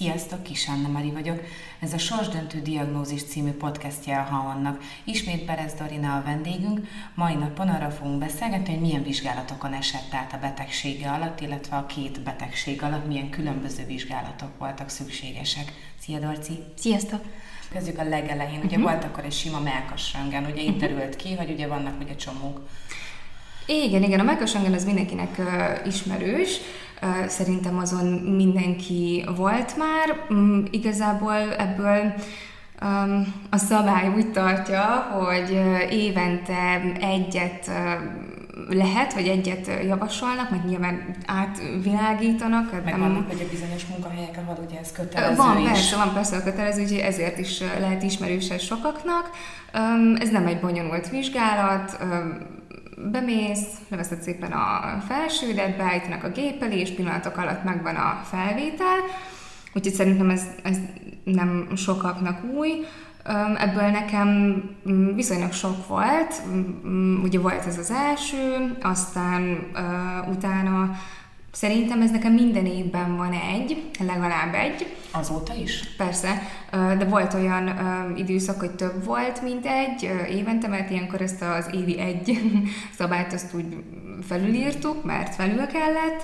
Sziasztok, Kis Anna Mari vagyok. Ez a Sorsdöntő Diagnózis című podcastja a HAON-nak. Ismét Berez Dorina a vendégünk. Mai napon arra fogunk beszélgetni, hogy milyen vizsgálatokon esett át a betegsége alatt, illetve a két betegség alatt milyen különböző vizsgálatok voltak szükségesek. Szia, Dorci! Sziasztok! Kezdjük a legelején. Ugye volt akkor egy sima mellkasröntgen, ugye itt derült ki, hogy ugye vannak ugye csomók. Igen, a mellkasröntgen az mindenkinek ismerős. Szerintem azon mindenki volt már. Igazából ebből a szabály úgy tartja, hogy évente egyet lehet, vagy egyet javasolnak, mert nyilván átvilágítanak. Meg vannak, hogy a bizonyos munkahelyek, ahol ugye ez kötelező Van persze a kötelező, úgyhogy ezért is lehet ismerős sokaknak. Ez nem egy bonyolult vizsgálat, bemész, leveszed szépen a felsődet, beállítanak a gép elé, és pillanatok alatt megvan a felvétel, úgyhogy szerintem ez nem sokaknak új. Ebből nekem viszonylag sok volt, ugye volt ez az első, aztán utána szerintem ez nekem minden évben van legalább egy. Azóta is? Persze, de volt olyan időszak, hogy több volt, mint egy évente, mert ilyenkor ezt az évi egy szabályt azt úgy felülírtuk, mert felül kellett.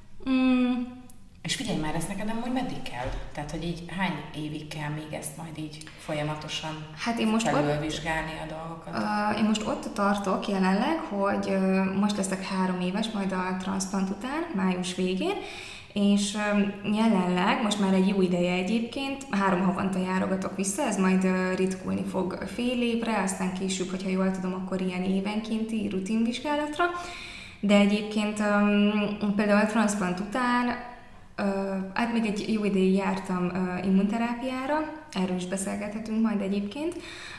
És figyelj már, ezt neked nem, hogy meddig kell? Tehát, hogy így hány évig kell még ezt majd így folyamatosan felülvizsgálni a dolgokat? Én most ott tartok jelenleg, hogy most leszek 3 éves, majd a transzplant után, május végén, és jelenleg, most már egy jó ideje egyébként, 3 havonta járogatok vissza, ez majd ritkulni fog fél évre, aztán később, hogyha jól tudom, akkor ilyen évenkénti rutinvizsgálatra, de egyébként például a transzplant után hát még egy jó ideig jártam immunterápiára, erről is beszélgethetünk majd egyébként,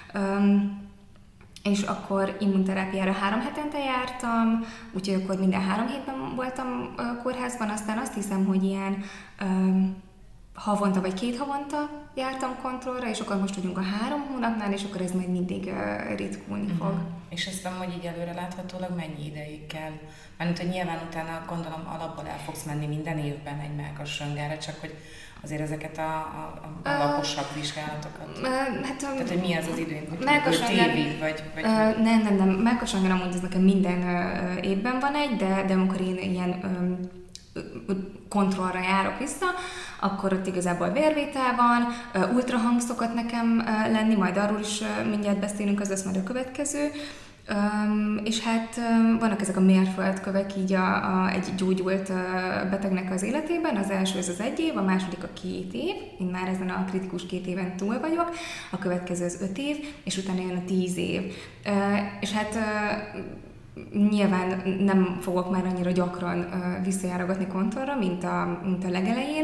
és akkor immunterápiára 3 hetente jártam, úgyhogy akkor minden 3 hétben voltam kórházban, aztán azt hiszem, hogy ilyen havonta vagy 2 havonta jártam kontrollra, és akkor most vagyunk a 3 hónapnál, és akkor ez majd mindig ritkulni fog. És azt hiszem, hogy így előre láthatólag mennyi ideig kell? Mert hogy nyilván utána gondolom alapból el fogsz menni minden évben egy mellkasröntgenre, csak hogy azért ezeket a alaposabb vizsgálatokat. Tehát, hogy mi az az idő? 5 évig, vagy Nem. Mellkasröntgen amúgy ez nekem minden évben van egy, de amikor én ilyen kontrollra járok vissza, akkor ott igazából vérvétel van, ultrahang szokott nekem lenni, majd arról is mindjárt beszélünk, az lesz majd a következő. És hát vannak ezek a mérföldkövek így egy gyógyult betegnek az életében. Az első ez az 1 év, a második a 2 év. Én már ezen a kritikus 2 éven túl vagyok. A következő az 5 év, és utána jön a 10 év. És hát nyilván nem fogok már annyira gyakran visszajárogatni kontrollra, mint a legelején,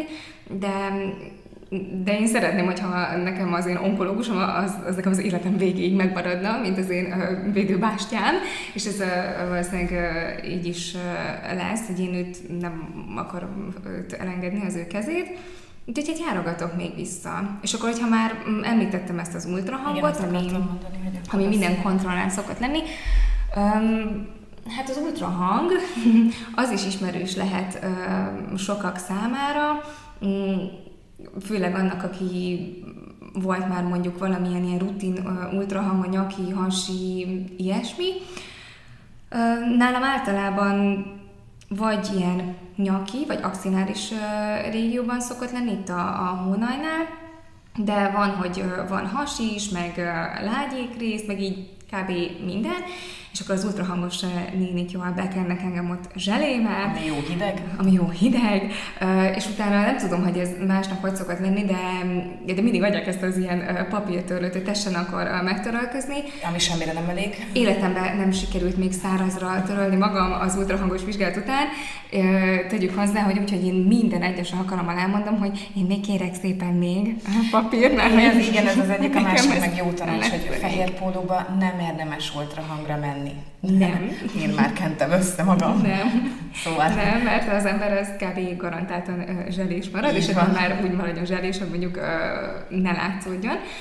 de én szeretném, hogyha nekem az én onkológusom az nekem az életem végéig megmaradna, mint az én védőbástyám, és ez valószínűleg így is lesz, hogy én őt nem akarom elengedni az ő kezét. Úgyhogy egy járogatok még vissza. És akkor, hogyha már említettem ezt az ultrahangot, ami minden kontrollnál szokott lenni, hát az ultrahang az is ismerős lehet sokak számára, főleg annak, aki volt már mondjuk valamilyen ilyen rutin ultrahang, a nyaki, hasi, ilyesmi. Nálam általában vagy ilyen nyaki, vagy axinális régióban szokott lenni, itt a hónajnál, de van, hogy van hasi is, meg lágyék rész, meg így kb. Minden, és akkor az ultrahangos nénik jól bekennek engem ott zselével. Ami jó hideg, és utána nem tudom, hogy ez másnak hogy szokott lenni, de mindig adják ezt az ilyen papírtörlőt, hogy tessen akkor megtörölközni. Ami semmire nem elég. Életemben nem sikerült még szárazra törölni magam az ultrahangos vizsgálat után. Tegyük hozzá, hogy úgy, hogy én minden egyes alkalommal elmondom, hogy én még kérek szépen még papírnál. Igen, ez az egyik, a másik meg jó tanács, hogy fehér pólóba nem érdemes ultrahangra menni. Nem. Én már kentem össze magam. Nem. Szóval. Nem, mert az ember az kb. Garantáltan zselés marad, és akkor már úgy maradjon zselés, hogy mondjuk ne látszódjon.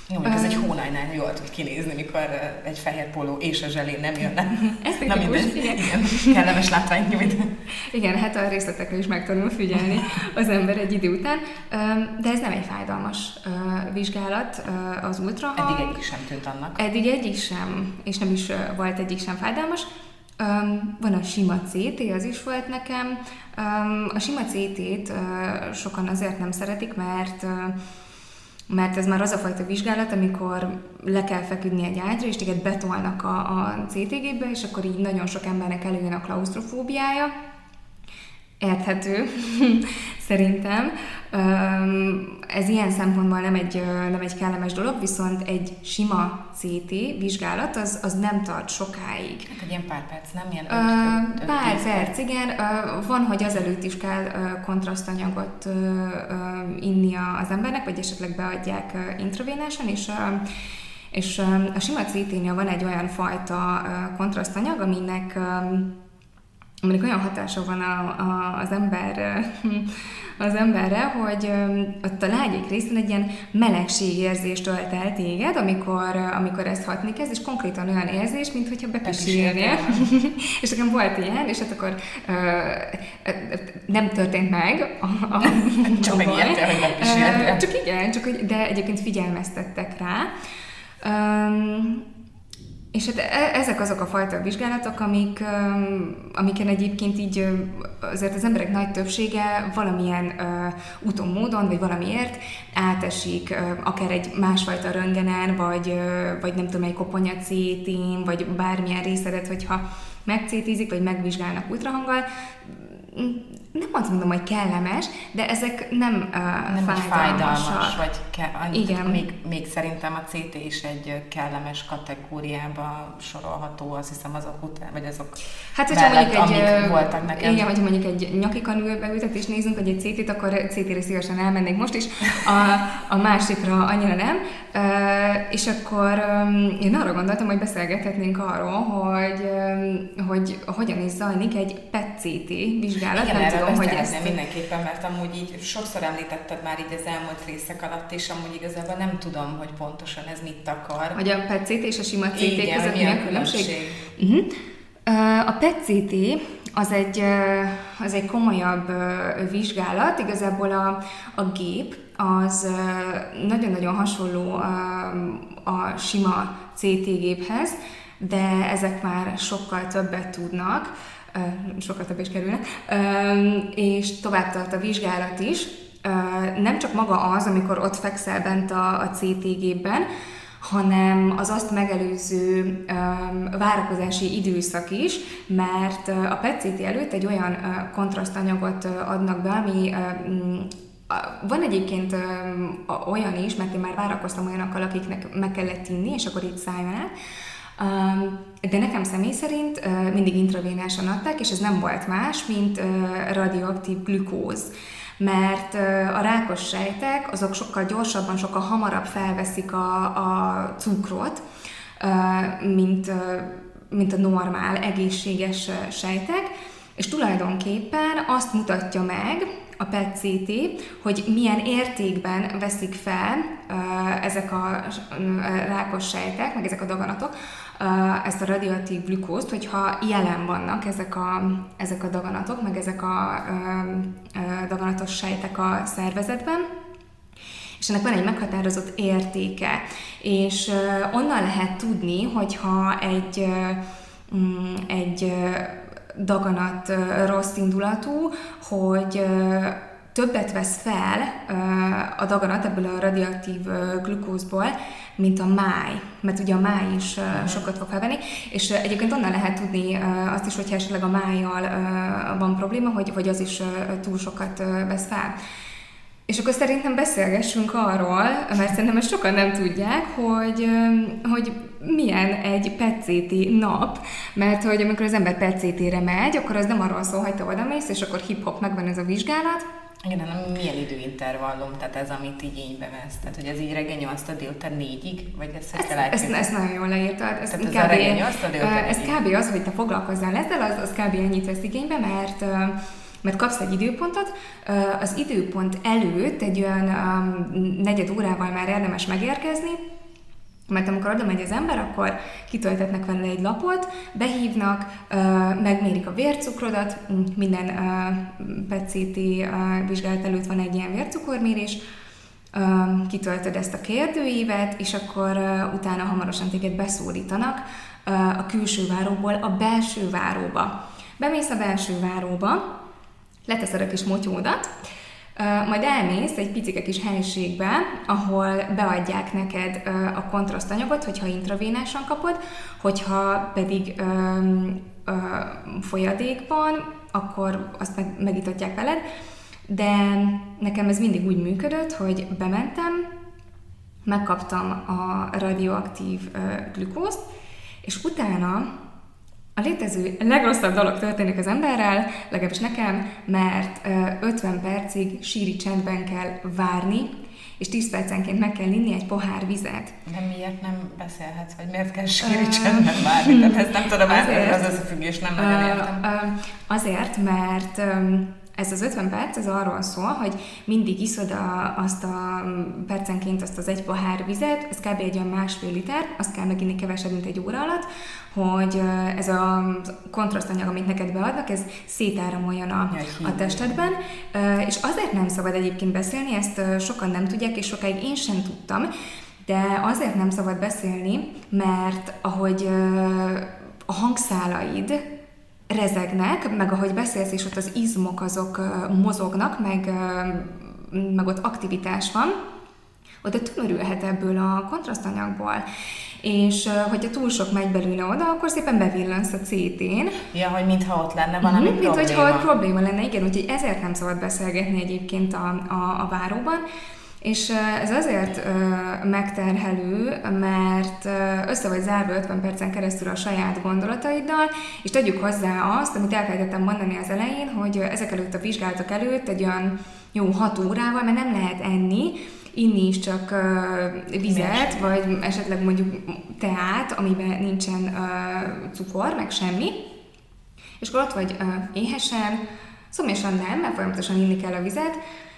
Jó, ez egy hónajnál jól tud kinézni, mikor egy fehér póló és a zselé nem jönne. Ez tipikus, igen. Kellemes látványt nyújt. Igen, hát a részletekre is meg tudom figyelni az ember egy idő után, de ez nem egy fájdalmas vizsgálat, az ultrahang. Eddig egyik sem tűnt annak. Eddig egyik sem, és nem is volt egyik sem fájdalmas. Van a sima CT, az is volt nekem. A sima CT-t sokan azért nem szeretik, mert ez már az a fajta vizsgálat, amikor le kell feküdni egy ágyra, és téged betolnak a CT-gépbe, és akkor így nagyon sok embernek előjön a klausztrofóbiája. Érthető, szerintem. Ez ilyen szempontból nem egy kellemes dolog, viszont egy sima CT vizsgálat az nem tart sokáig. Hát egy ilyen pár perc, nem? Ilyen pár perc, igen. Van, hogy azelőtt is kell kontrasztanyagot inni az embernek, vagy esetleg beadják intravénásan, és a sima CT-nél van egy olyan fajta kontrasztanyag, aminek olyan hatása van az emberre, hogy ott a lágyék részén egy ilyen melegségérzést ölt el téged, amikor ezt hatni kezd, és konkrétan olyan érzés, mint hogyha bepisélnél. És nekem volt ilyen, és hát akkor nem történt meg csak megijedtél, hogy bepiséltél. Csak igen, de egyébként figyelmeztettek rá. És hát ezek azok a fajta vizsgálatok, amiken egyébként így azért az emberek nagy többsége valamilyen úton, módon, vagy valamiért átesik, akár egy másfajta röntgenen, vagy nem tudom, egy koponya CT-n, vagy bármilyen részedet, hogyha megcétízik, vagy megvizsgálnak ultrahanggal. Nem azt mondom, hogy kellemes, de ezek nem fájdalmasak. Vagy még szerintem a CT is egy kellemes kategóriába sorolható, azt hiszem azok után, vagy azok hát, mellett, amik voltak nekem. Igen, hogyha mondjuk egy nyaki kanülbeültetést nézünk, vagy egy CT-t, akkor CT-re szívesen elmennék most is, a másikra annyira nem. És akkor én arra gondoltam, hogy beszélgethetnénk arról, hogy hogyan is zajlik egy PET-CT vizsgálat. Igen, nem tudom, hogy ezt mindenképpen, mert amúgy így sokszor említetted már így az elmúlt részek alatt, és amúgy igazából nem tudom, hogy pontosan ez mit akar. Hogy a PET-CT és a sima CT között mi a különbség? A PET-CT az egy komolyabb vizsgálat, igazából a gép az nagyon-nagyon hasonló a sima CT géphez, de ezek már sokkal többet tudnak, sokkal több is kerülnek, és tovább tart a vizsgálat is. Nem csak maga az, amikor ott fekszel bent a CT gépben, hanem az azt megelőző várakozási időszak is, mert a PET-CT előtt egy olyan kontrasztanyagot adnak be, ami van egyébként olyan is, mert én már várakoztam olyanokkal, akiknek meg kellett inni, és akkor így szálljon át. De nekem személy szerint mindig intravénásan adták, és ez nem volt más, mint radioaktív glükóz. Mert a rákos sejtek, azok sokkal gyorsabban, sokkal hamarabb felveszik a cukrot, mint a normál, egészséges sejtek, és tulajdonképpen azt mutatja meg a PET-CT, hogy milyen értékben veszik fel ezek a rákos sejtek, meg ezek a daganatok, ezt a radioaktív glükózt, hogyha jelen vannak ezek a daganatok, meg ezek a daganatos sejtek a szervezetben, és ennek van egy meghatározott értéke, és onnan lehet tudni, hogyha egy daganat rossz indulatú, hogy többet vesz fel a daganat ebből a radioaktív glükózból, mint a máj, mert ugye a máj is sokat fog felvenni, és egyébként onnan lehet tudni azt is, hogyha esetleg a májjal van probléma, hogy az is túl sokat vesz fel. És akkor szerintem beszélgessünk arról, mert szerintem ezt sokan nem tudják, hogy milyen egy PET-CT nap, mert hogy amikor az ember PET-CT-re megy, akkor az nem arról szól, hogy te odamész, és akkor hip-hop megvan ez a vizsgálat. Igen, hanem milyen időintervallum, tehát ez, amit igénybe vesz. Tehát, hogy ez így reggel 8-tól délután 4-ig, vagy ezt nagyon jól leírtad. Ez a reggel 8-tól délután 4-ig. Ez kb. Az, hogy te foglalkozzál ezzel, az kb. Ennyit vesz igénybe, mert kapsz egy időpontot, az időpont előtt egy olyan 4 órával már érdemes megérkezni, Mert amikor oda megy az ember, akkor kitöltetnek vele egy lapot, behívnak, megmérik a vércukrodat, minden PET-CT vizsgálat előtt van egy ilyen vércukormérés, kitöltöd ezt a kérdőívet, és akkor utána hamarosan téged beszólítanak a külső váróból a belső váróba. Bemész a belső váróba, leteszed a kis motyódat, majd elmész egy picike kis helységbe, ahol beadják neked a kontrasztanyagot, hogyha intravénásan kapod, hogyha pedig folyadékban, akkor azt megitatják veled, de nekem ez mindig úgy működött, hogy bementem, megkaptam a radioaktív glükózt, és utána a létező legrosszabb dolog történik az emberrel, legalábbis nekem, mert 50 percig síri csendben kell várni, és 10 percenként meg kell inni egy pohár vizet. De miért nem beszélhetsz, vagy miért kell síri csendben várni? Tehát ezt nem tudom, az összefüggés nem nagyon értem. Azért, mert ez az 50 perc, ez arról szól, hogy mindig iszod azt a percenként azt az egy pohár vizet, ez kb. Egy olyan 1,5 liter, azt kell meginni kevesebb, mint egy óra alatt, hogy ez a kontrasztanyag, amit neked beadnak, ez szétáramoljon a testedben, és azért nem szabad egyébként beszélni, ezt sokan nem tudják, és sokáig én sem tudtam, de azért nem szabad beszélni, mert ahogy a hangszálaid rezegnek, meg ahogy beszélsz, és ott az izmok azok mozognak, meg ott aktivitás van, oda tömörülhet ebből a kontrasztanyagból. És hogyha túl sok megy belőle oda, akkor szépen bevillansz a CT-n. Ja, hogy mintha ott lenne valami probléma. Mint hogyha ott probléma lenne, igen, úgyhogy ezért nem szabad beszélgetni egyébként a váróban. És ez azért megterhelő, mert össze vagy zárva 50 percen keresztül a saját gondolataiddal, és tegyük hozzá azt, amit elfelejtettem mondani az elején, hogy ezek előtt a vizsgálatok előtt egy olyan jó 6 órával, mert nem lehet enni, inni is csak vizet, vagy esetleg mondjuk teát, amiben nincsen cukor, meg semmi, és akkor ott vagy éhesen, szomjasan nem, mert folyamatosan inni kell a vizet,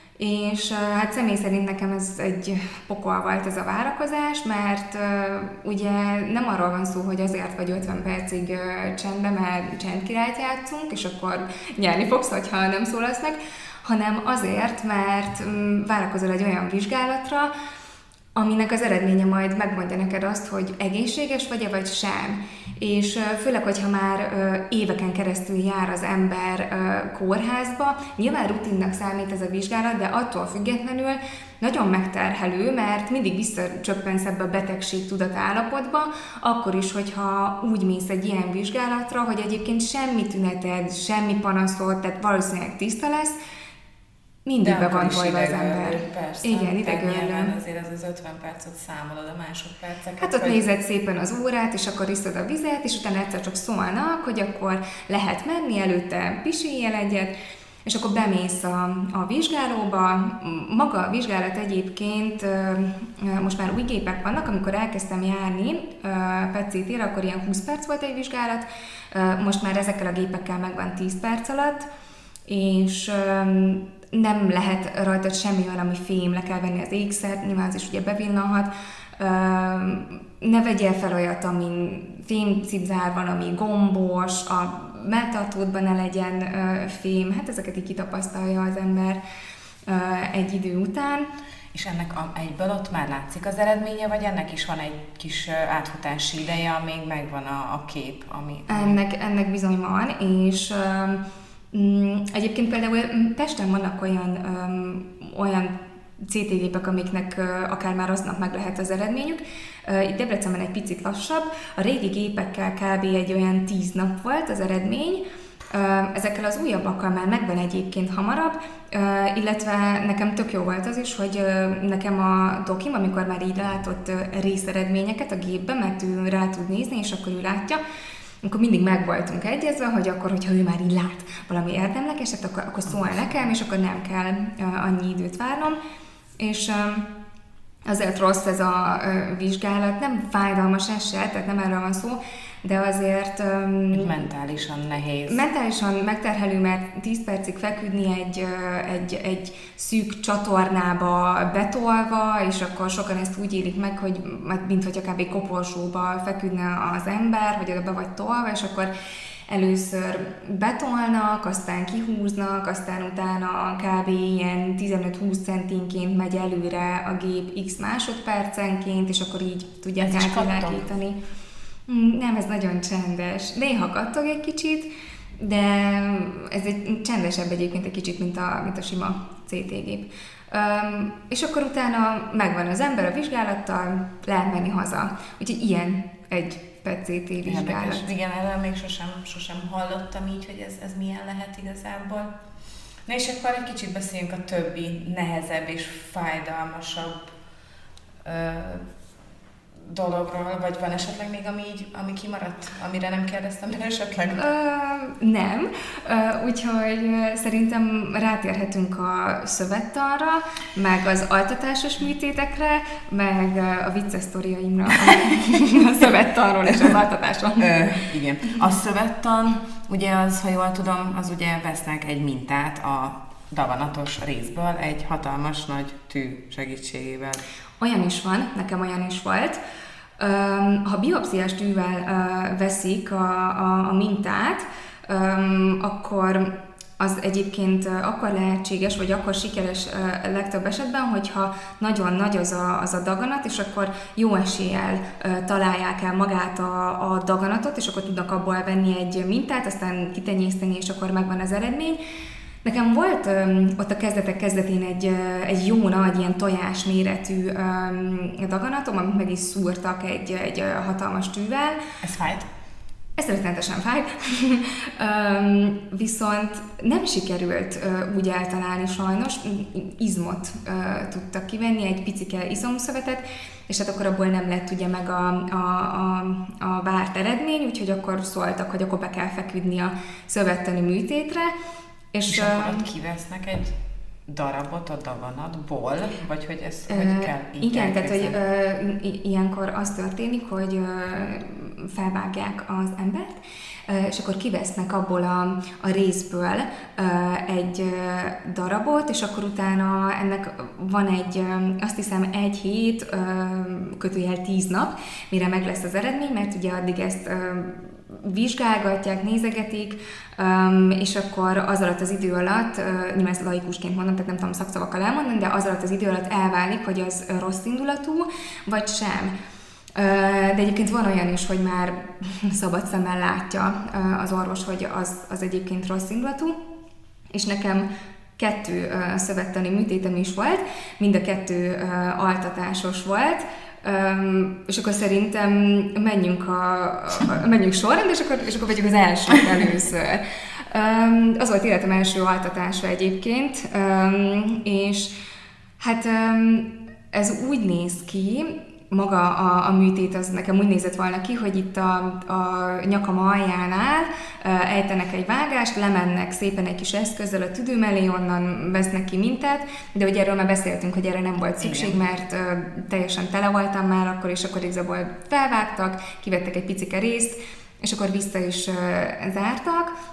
és hát személy szerint nekem ez egy pokol volt ez a várakozás, mert ugye nem arról van szó, hogy azért vagy 50 percig csendben, mert csendkirályt játszunk, és akkor nyerni fogsz, hogyha nem szólasz meg, hanem azért, mert várakozol egy olyan vizsgálatra, aminek az eredménye majd megmondja neked azt, hogy egészséges vagy-e, vagy sem. És főleg, hogyha már éveken keresztül jár az ember kórházba, nyilván rutinnak számít ez a vizsgálat, de attól függetlenül nagyon megterhelő, mert mindig visszacsöppensz ebbe a betegség tudatállapotba, akkor is, hogyha úgy mész egy ilyen vizsgálatra, hogy egyébként semmi tüneted, semmi panaszod, tehát valószínűleg tiszta lesz, mindig be van tojva az ember. Persze. Igen, idegörlő. Azért az 50 percet számolod a másodperceket. Hát ott nézed szépen az órát, és akkor iszod a vizet, és utána egyszer csak szólnak, hogy akkor lehet menni, előtte pisiljél egyet, és akkor bemész a vizsgálóba. Maga a vizsgálat egyébként, most már új gépek vannak, amikor elkezdtem járni PET-CT-re, akkor ilyen 20 perc volt egy vizsgálat, most már ezekkel a gépekkel megvan 10 perc alatt, és nem lehet rajtad semmi olyan, ami fém, le kell venni az ékszert, nyilván az is ugye bevillanhat. Ne vegyél fel olyat, amin fémcipzár van, ami gombos, a melltartódban ne legyen fém, hát ezeket így kitapasztalja az ember egy idő után. És ennek egyből ott már látszik az eredménye, vagy ennek is van egy kis átfutási ideje, amíg megvan a kép? Ennek bizony van, és egyébként például Pesten vannak olyan CT-gépek, amiknek akár már aznap meg lehet az eredményük. Itt Debrecenben egy picit lassabb. A régi gépekkel kb. Egy olyan 10 nap volt az eredmény. Ezekkel az újabbakkal már megvan egyébként hamarabb, illetve nekem tök jó volt az is, hogy nekem a dokim, amikor már így látott részeredményeket a gépben, mert ő rá tud nézni, és akkor ő látja, akkor mindig meg voltunk egyezve, hogy akkor, hogyha ő már így lát valami érdemlekeset, akkor szól nekem, és akkor nem kell annyi időt várnom. És azért rossz ez a vizsgálat, nem fájdalmas ez se, tehát nem erről van szó, de azért... mentálisan nehéz. Mentálisan megterhelő, mert 10 percig feküdni egy szűk csatornába betolva, és akkor sokan ezt úgy élik meg, hogy mint hogy kb. Koporsóba feküdne az ember, hogy oda be vagy tolva, és akkor először betolnak, aztán kihúznak, aztán utána kb. Ilyen 15-20 centinként megy előre a gép x másodpercenként, és akkor így tudják átvilágítani. Nem, ez nagyon csendes. Néha kattog egy kicsit, de ez egy csendesebb egyébként egy kicsit, mint a sima CT gép. És akkor utána megvan az ember a vizsgálattal, lehet menni haza. Úgyhogy ilyen egy PET-CT vizsgálat. Igen, erről még sosem hallottam így, hogy ez milyen lehet igazából. Na és akkor egy kicsit beszéljünk a többi nehezebb és fájdalmasabb dologról, vagy van esetleg még, ami kimaradt, amire nem kérdeztem, de esetleg? Nem, úgyhogy szerintem rátérhetünk a szövettanra, meg az altatásos műtétekre, meg a vicces sztoriaimra a szövettanról és az altatáson. Igen. A szövettan, ugye az, ha jól tudom, az ugye vesznek egy mintát a daganatos részből egy hatalmas nagy tű segítségével. Olyan is van, nekem olyan is volt. Ha biopsziás tűvel veszik a mintát, akkor az egyébként akkor lehetséges, vagy akkor sikeres legtöbb esetben, hogyha nagyon nagy az a daganat, és akkor jó eséllyel találják el magát a daganatot, és akkor tudnak abból venni egy mintát, aztán kitenyészteni, és akkor megvan az eredmény. Nekem volt ott a kezdetén egy jó nagy, ilyen tojás méretű daganatom, amit meg is szúrtak egy hatalmas tűvel. Ez fájt? Ez rettenetesen fájt. Viszont nem sikerült úgy eltalálni sajnos, izmot tudtak kivenni, egy picike izomszövetet, és hát akkor abból nem lett ugye meg a várt eredmény, úgyhogy akkor szóltak, hogy akkor be kell feküdni a szövettani műtétre. És akkor ott kivesznek egy darabot a daganatból, vagy hogy ez hogy kell így igen, tehát hogy ilyenkor az történik, hogy felvágják az embert, és akkor kivesznek abból a részből egy darabot, és akkor utána ennek van egy, azt hiszem 1 hét, kötőjel 10 nap, mire meg lesz az eredmény, mert ugye addig ezt vizsgálgatják, nézegetik, és akkor az alatt az idő alatt, nyilván ezt laikusként mondom, tehát nem tudom szakszavakkal elmondani, de az alatt az idő alatt elválik, hogy az rossz indulatú, vagy sem. De egyébként van olyan is, hogy már szabad szemmel látja az orvos, hogy az egyébként rossz indulatú, és nekem 2 szövettani műtétem is volt, mind a 2 altatásos volt, és akkor szerintem menjünk sorrend, és akkor vegyük az elsőt először. Az volt életem első altatása egyébként, és hát ez úgy néz ki, maga a műtét az nekem úgy nézett volna ki, hogy itt a nyakam aljánál ejtenek egy vágást, lemennek szépen egy kis eszközzel a tüdő mellé, onnan vesznek ki mintát, de ugye erről már beszéltünk, hogy erre nem volt szükség, mert teljesen tele voltam már akkor, és akkor igazából felvágtak, kivettek egy picike részt, és akkor vissza is zártak,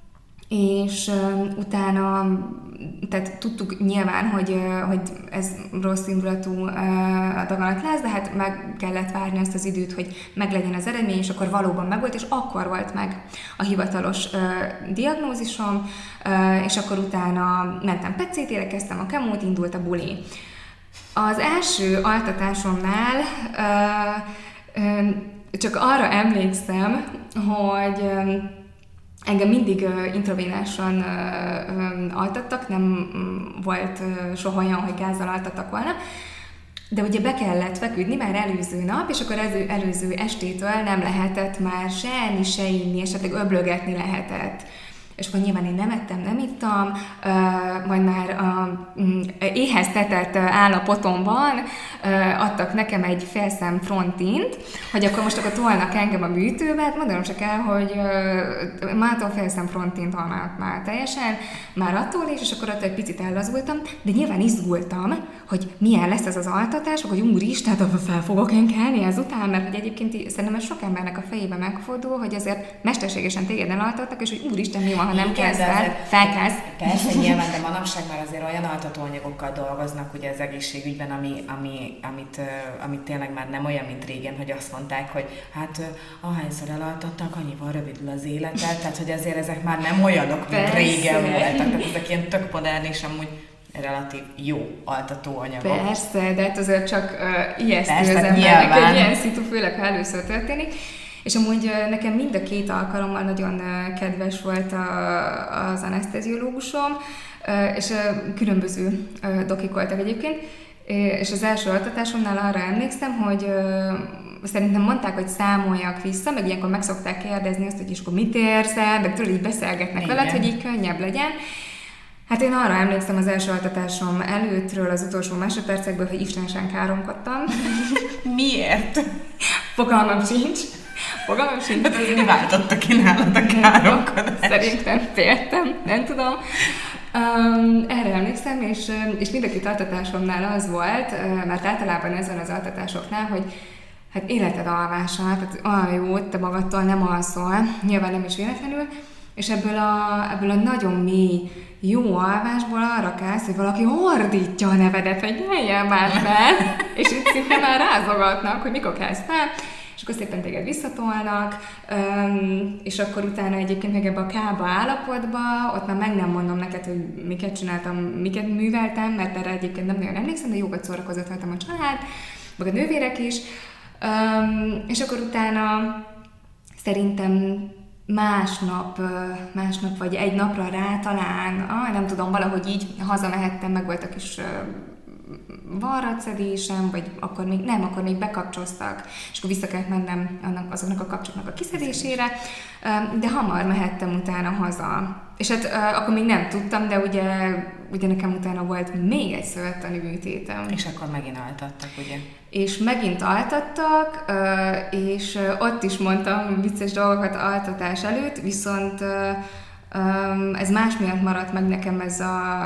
és utána, tehát tudtuk nyilván, hogy ez rossz indulatú daganat lesz, de hát meg kellett várni azt az időt, hogy meglegyen az eredmény, és akkor valóban megvolt, és akkor volt meg a hivatalos diagnózisom, és akkor utána mentem PET-CT-re, kezdtem a kemót, indult a buli. Az első altatásomnál csak arra emlékszem, hogy engem mindig intravénásan altattak, nem volt soha olyan, hogy gázzal altattak volna, de ugye be kellett feküdni már előző nap, és akkor előző estétől nem lehetett már se enni, se inni, esetleg öblögetni lehetett. És akkor nyilván én nem ettem, nem ittam, majd már éheztetett állapotomban adtak nekem egy félszem frontint, hogy akkor tolnak engem a műtőbe, hát mondanom csak el, hogy mától félszem frontint már teljesen, már attól is, és akkor attól egy picit ellazultam, de nyilván izgultam, hogy milyen lesz ez az altatás, hogy úristen, fel fogok én kelni ezután, mert hogy egyébként szerintem sok embernek a fejében megfordul, hogy azért mesterségesen téged elaltattak, és hogy úristen, mi van, ha nem kezd el, felkelsz. Persze, nyilván, de manapság már azért olyan altatóanyagokkal dolgoznak ugye az egészségügyben, amit tényleg már nem olyan, mint régen, hogy azt mondták, hogy hát ahányszor elaltattak, annyival rövidül az életed, tehát hogy azért ezek már nem olyanok, mint régen voltak, tehát ezek ilyen tök modern és amúgy relatív jó altatóanyagok. Persze, de hát azért csak ijesztő az embernek egy ilyen szitu, főleg ha először történik. És amúgy nekem mind a két alkalommal nagyon kedves volt az aneszteziológusom, és különböző dokik voltak egyébként, és az első altatásomnál arra emlékszem, hogy szerintem mondták, hogy számoljak vissza, meg ilyenkor meg szokták kérdezni azt, hogy és akkor mit érsz el, meg tőle így beszélgetnek veled, hogy így könnyebb legyen. Hát én arra emlékszem az első altatásom előttről, az utolsó másodpercekből, hogy istenesen káromkodtam. Miért? Fogalmam sincs. Hát azért mi váltotta ki nálad a káromkodást? Szerintem féltem, nem tudom. Erre emlékszem, és mind a két altatásomnál az volt, mert általában ezen az altatásoknál, hogy hát életed alvása, tehát olyan jó, te magadtól nem alszol, nyilván nem is véletlenül, és ebből a nagyon mély, jó alvásból arra kelsz, hogy valaki ordítja a nevedet, hogy lejjel már fel, és itt szinte már rázogatnak, hogy mikor kelsz fel, és akkor szépen téged visszatolnak, és akkor utána egyébként meg ebbe a kába állapotba, ott már meg nem mondom neked, hogy miket csináltam, miket műveltem, mert erre egyébként nem nagyon emlékszem, de jókat szórakozott voltam a család, meg a nővérek is, és akkor utána szerintem másnap vagy egy napra rá talán, nem tudom, valahogy így hazamehettem, meg volt a kis varratszedésem, vagy akkor még bekapcsoltak, és akkor vissza kellett mennem azoknak a kapcsolatnak a kiszedésére, de hamar mehettem utána haza. És hát akkor még nem tudtam, de ugye nekem utána volt még egy szövettani műtétem. És akkor megint altattak, ugye? És megint altattak, és ott is mondtam vicces dolgokat altatás előtt, viszont ez más miatt maradt meg nekem ez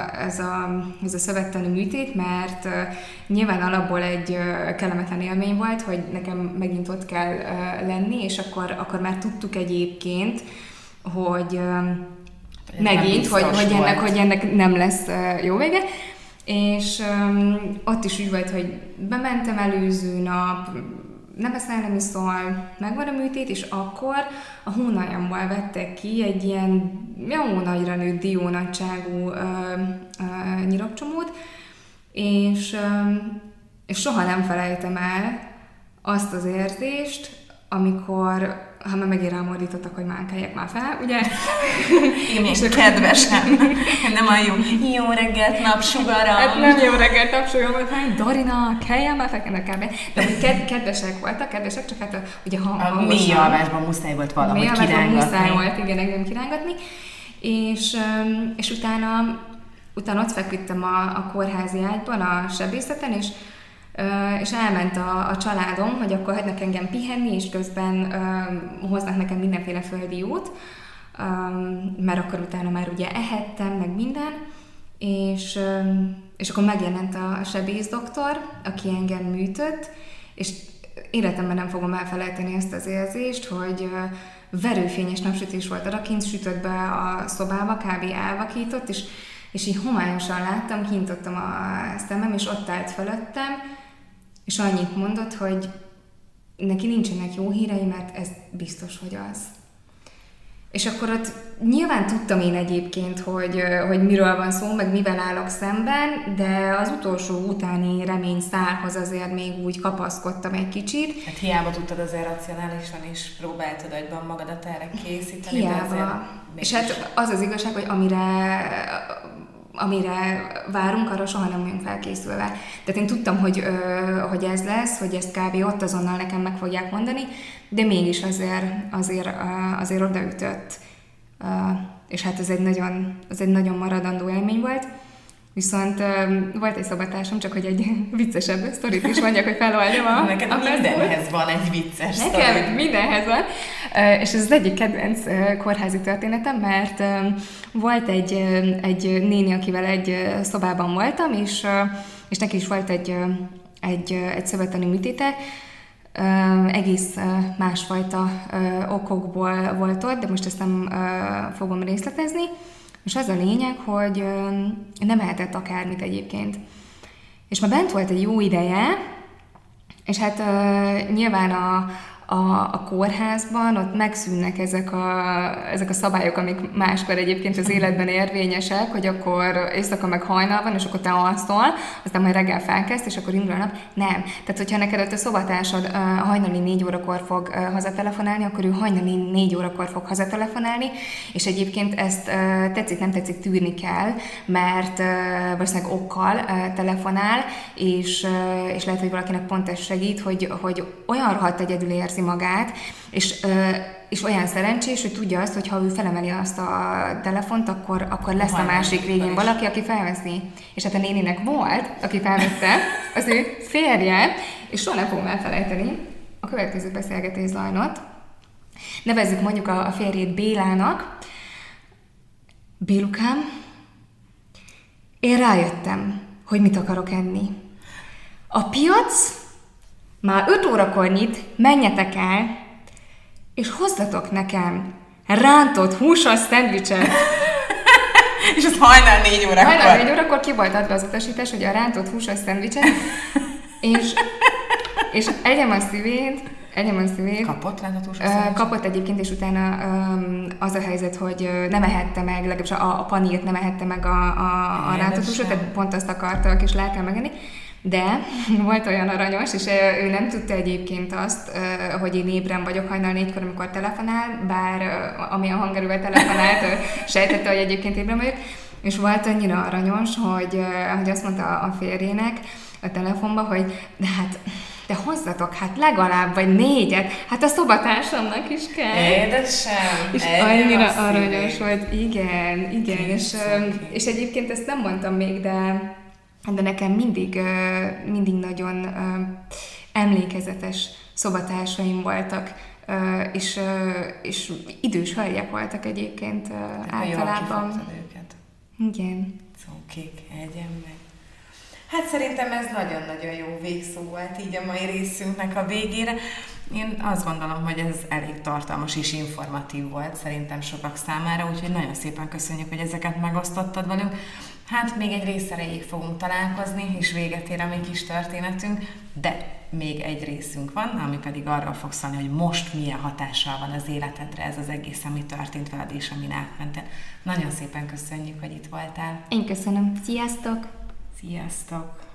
a szövettani műtét, mert nyilván alapból egy kellemetlen élmény volt, hogy nekem megint ott kell lenni, és akkor már tudtuk egyébként, hogy megint, hogy ennek nem lesz jó vége. És ott is úgy volt, hogy bementem előző nap, nem eszel, nem iszol, megvan a műtét, és akkor a hónaljamból vettek ki egy ilyen jó nagyra nőtt diónagyságú nyirokcsomót, és soha nem felejtem el azt az érzést, amikor már megint rámordítottak, hogy mánkáljak már fel, ugye? Igen, kedvesem. Nem a jó reggelt napsugaram. Hát nem jó reggelt napsugaram volt, hanem Dorina, keljen már fel, kb. De úgy kedvesek voltak, csak hát ugye a mély alvásban muszáj volt valahogy kirángatni. Muszáj volt, igen, engem kirángatni. És utána ott feküdtem a kórházi ágyban, a sebészeten, és elment a családom, hogy akkor hagynak engem pihenni, és közben hoznak nekem mindenféle földi jót, mert akkor utána már ugye ehettem, meg minden, és akkor megjelent a sebészdoktor, aki engem műtött, és életemben nem fogom elfelejteni ezt az érzést, hogy verőfényes napsütés volt odakint, sütött be a szobába, kb. Elvakított, és így homályosan láttam, kinyitottam a szemem, és ott állt fölöttem, és annyit mondott, hogy neki nincsenek jó hírei, mert ez biztos, hogy az. És akkor ott nyilván tudtam én egyébként, hogy miről van szó, meg mivel állok szemben, de az utolsó utáni reményszálhoz azért még úgy kapaszkodtam egy kicsit. Hát hiába tudtad azért racionálisan is próbáltad agyban magadat erre készíteni. Hiába. És hát az az igazság, hogy amire várunk, arra soha nem vagyunk felkészülve. Tehát én tudtam, hogy ez lesz, hogy ezt kb. Ott azonnal nekem meg fogják mondani, de mégis azért odaütött. és hát ez egy nagyon maradandó élmény volt. Viszont volt egy szobatársam, csak hogy egy viccesebb sztorit is mondjak, hogy feloldjam a Neked mindenhez van egy vicces sztori. Nekem mindenhez van, és ez az egyik kedvenc kórházi történetem, mert volt egy néni, akivel egy szobában voltam, és neki is volt egy szövettani műtéte, egész másfajta okokból volt ott, de most ezt nem fogom részletezni. És az a lényeg, hogy nem ehetett akármit egyébként. És már bent volt egy jó ideje, és hát nyilván a kórházban ott megszűnnek ezek a szabályok, amik máskor egyébként az életben érvényesek, hogy akkor éjszaka meg hajnal van, és akkor te alszol, aztán majd reggel felkezd, és akkor indul a nap. Nem. Tehát, hogyha neked ott a szobatársad hajnali 4 órakor fog hazatelefonálni, akkor ő hajnali 4 órakor fog hazatelefonálni, és egyébként ezt tetszik, nem tetszik, tűrni kell, mert valószínűleg okkal telefonál, és lehet, hogy valakinek pont ez segít, hogy olyan rohadt egyedül érzi magát, és olyan szerencsés, hogy tudja azt, hogy ha ő felemeli azt a telefont, akkor lesz a másik végén valaki, aki felveszi. És hát a néninek volt, aki felvette, az ő férje, és soha nem fogom elfelejteni, a következő beszélgetés zajlott. Nevezzük mondjuk a férjét Bélának. Bélukám, én rájöttem, hogy mit akarok enni. A piac már 5 órakor nyit, menjetek el, és hozzatok nekem rántott húsos szendvicset. És az hajnal 4 órakor. Hajnal 4 órakor ki volt adva az utasítás, hogy a rántott húsos szendvicset, és egyem a szívét. Kapott rántott húsos szendvicset? Kapott egyébként, és utána az a helyzet, hogy nem ehette meg, legalábbis a panírt nem ehette meg a rántott húsot, tehát pont azt akarta a kis lelkem megenni. De volt olyan aranyos, és ő nem tudta egyébként azt, hogy én ébren vagyok hajnal 4-kor, amikor telefonál, bár ami a hangerővel telefonált, sejtette, hogy egyébként ébren vagyok, és volt annyira aranyos, hogy azt mondta a férjének a telefonba, hogy de hozzatok legalább, vagy 4-et, hát a szobatársamnak is kell. Édesem! És annyira aranyos volt, igen, és egyébként ezt nem mondtam még, de nekem mindig nagyon emlékezetes szobatársaim voltak, és idős hölgyek voltak egyébként általában. Jól őket. Igen. Cókék, egyen meg. Hát szerintem ez nagyon-nagyon jó végszó volt így a mai részünknek a végére. Én azt gondolom, hogy ez elég tartalmas és informatív volt szerintem sokak számára, úgyhogy nagyon szépen köszönjük, hogy ezeket megosztottad velünk. Hát még egy rész erejéig fogunk találkozni, és véget ér a mi kis történetünk, de még egy részünk van, ami pedig arról fog szólni, hogy most milyen hatással van az életedre ez az egész, ami történt veled és amin átmentél. Nagyon szépen köszönjük, hogy itt voltál. Én köszönöm. Sziasztok! Sziasztok!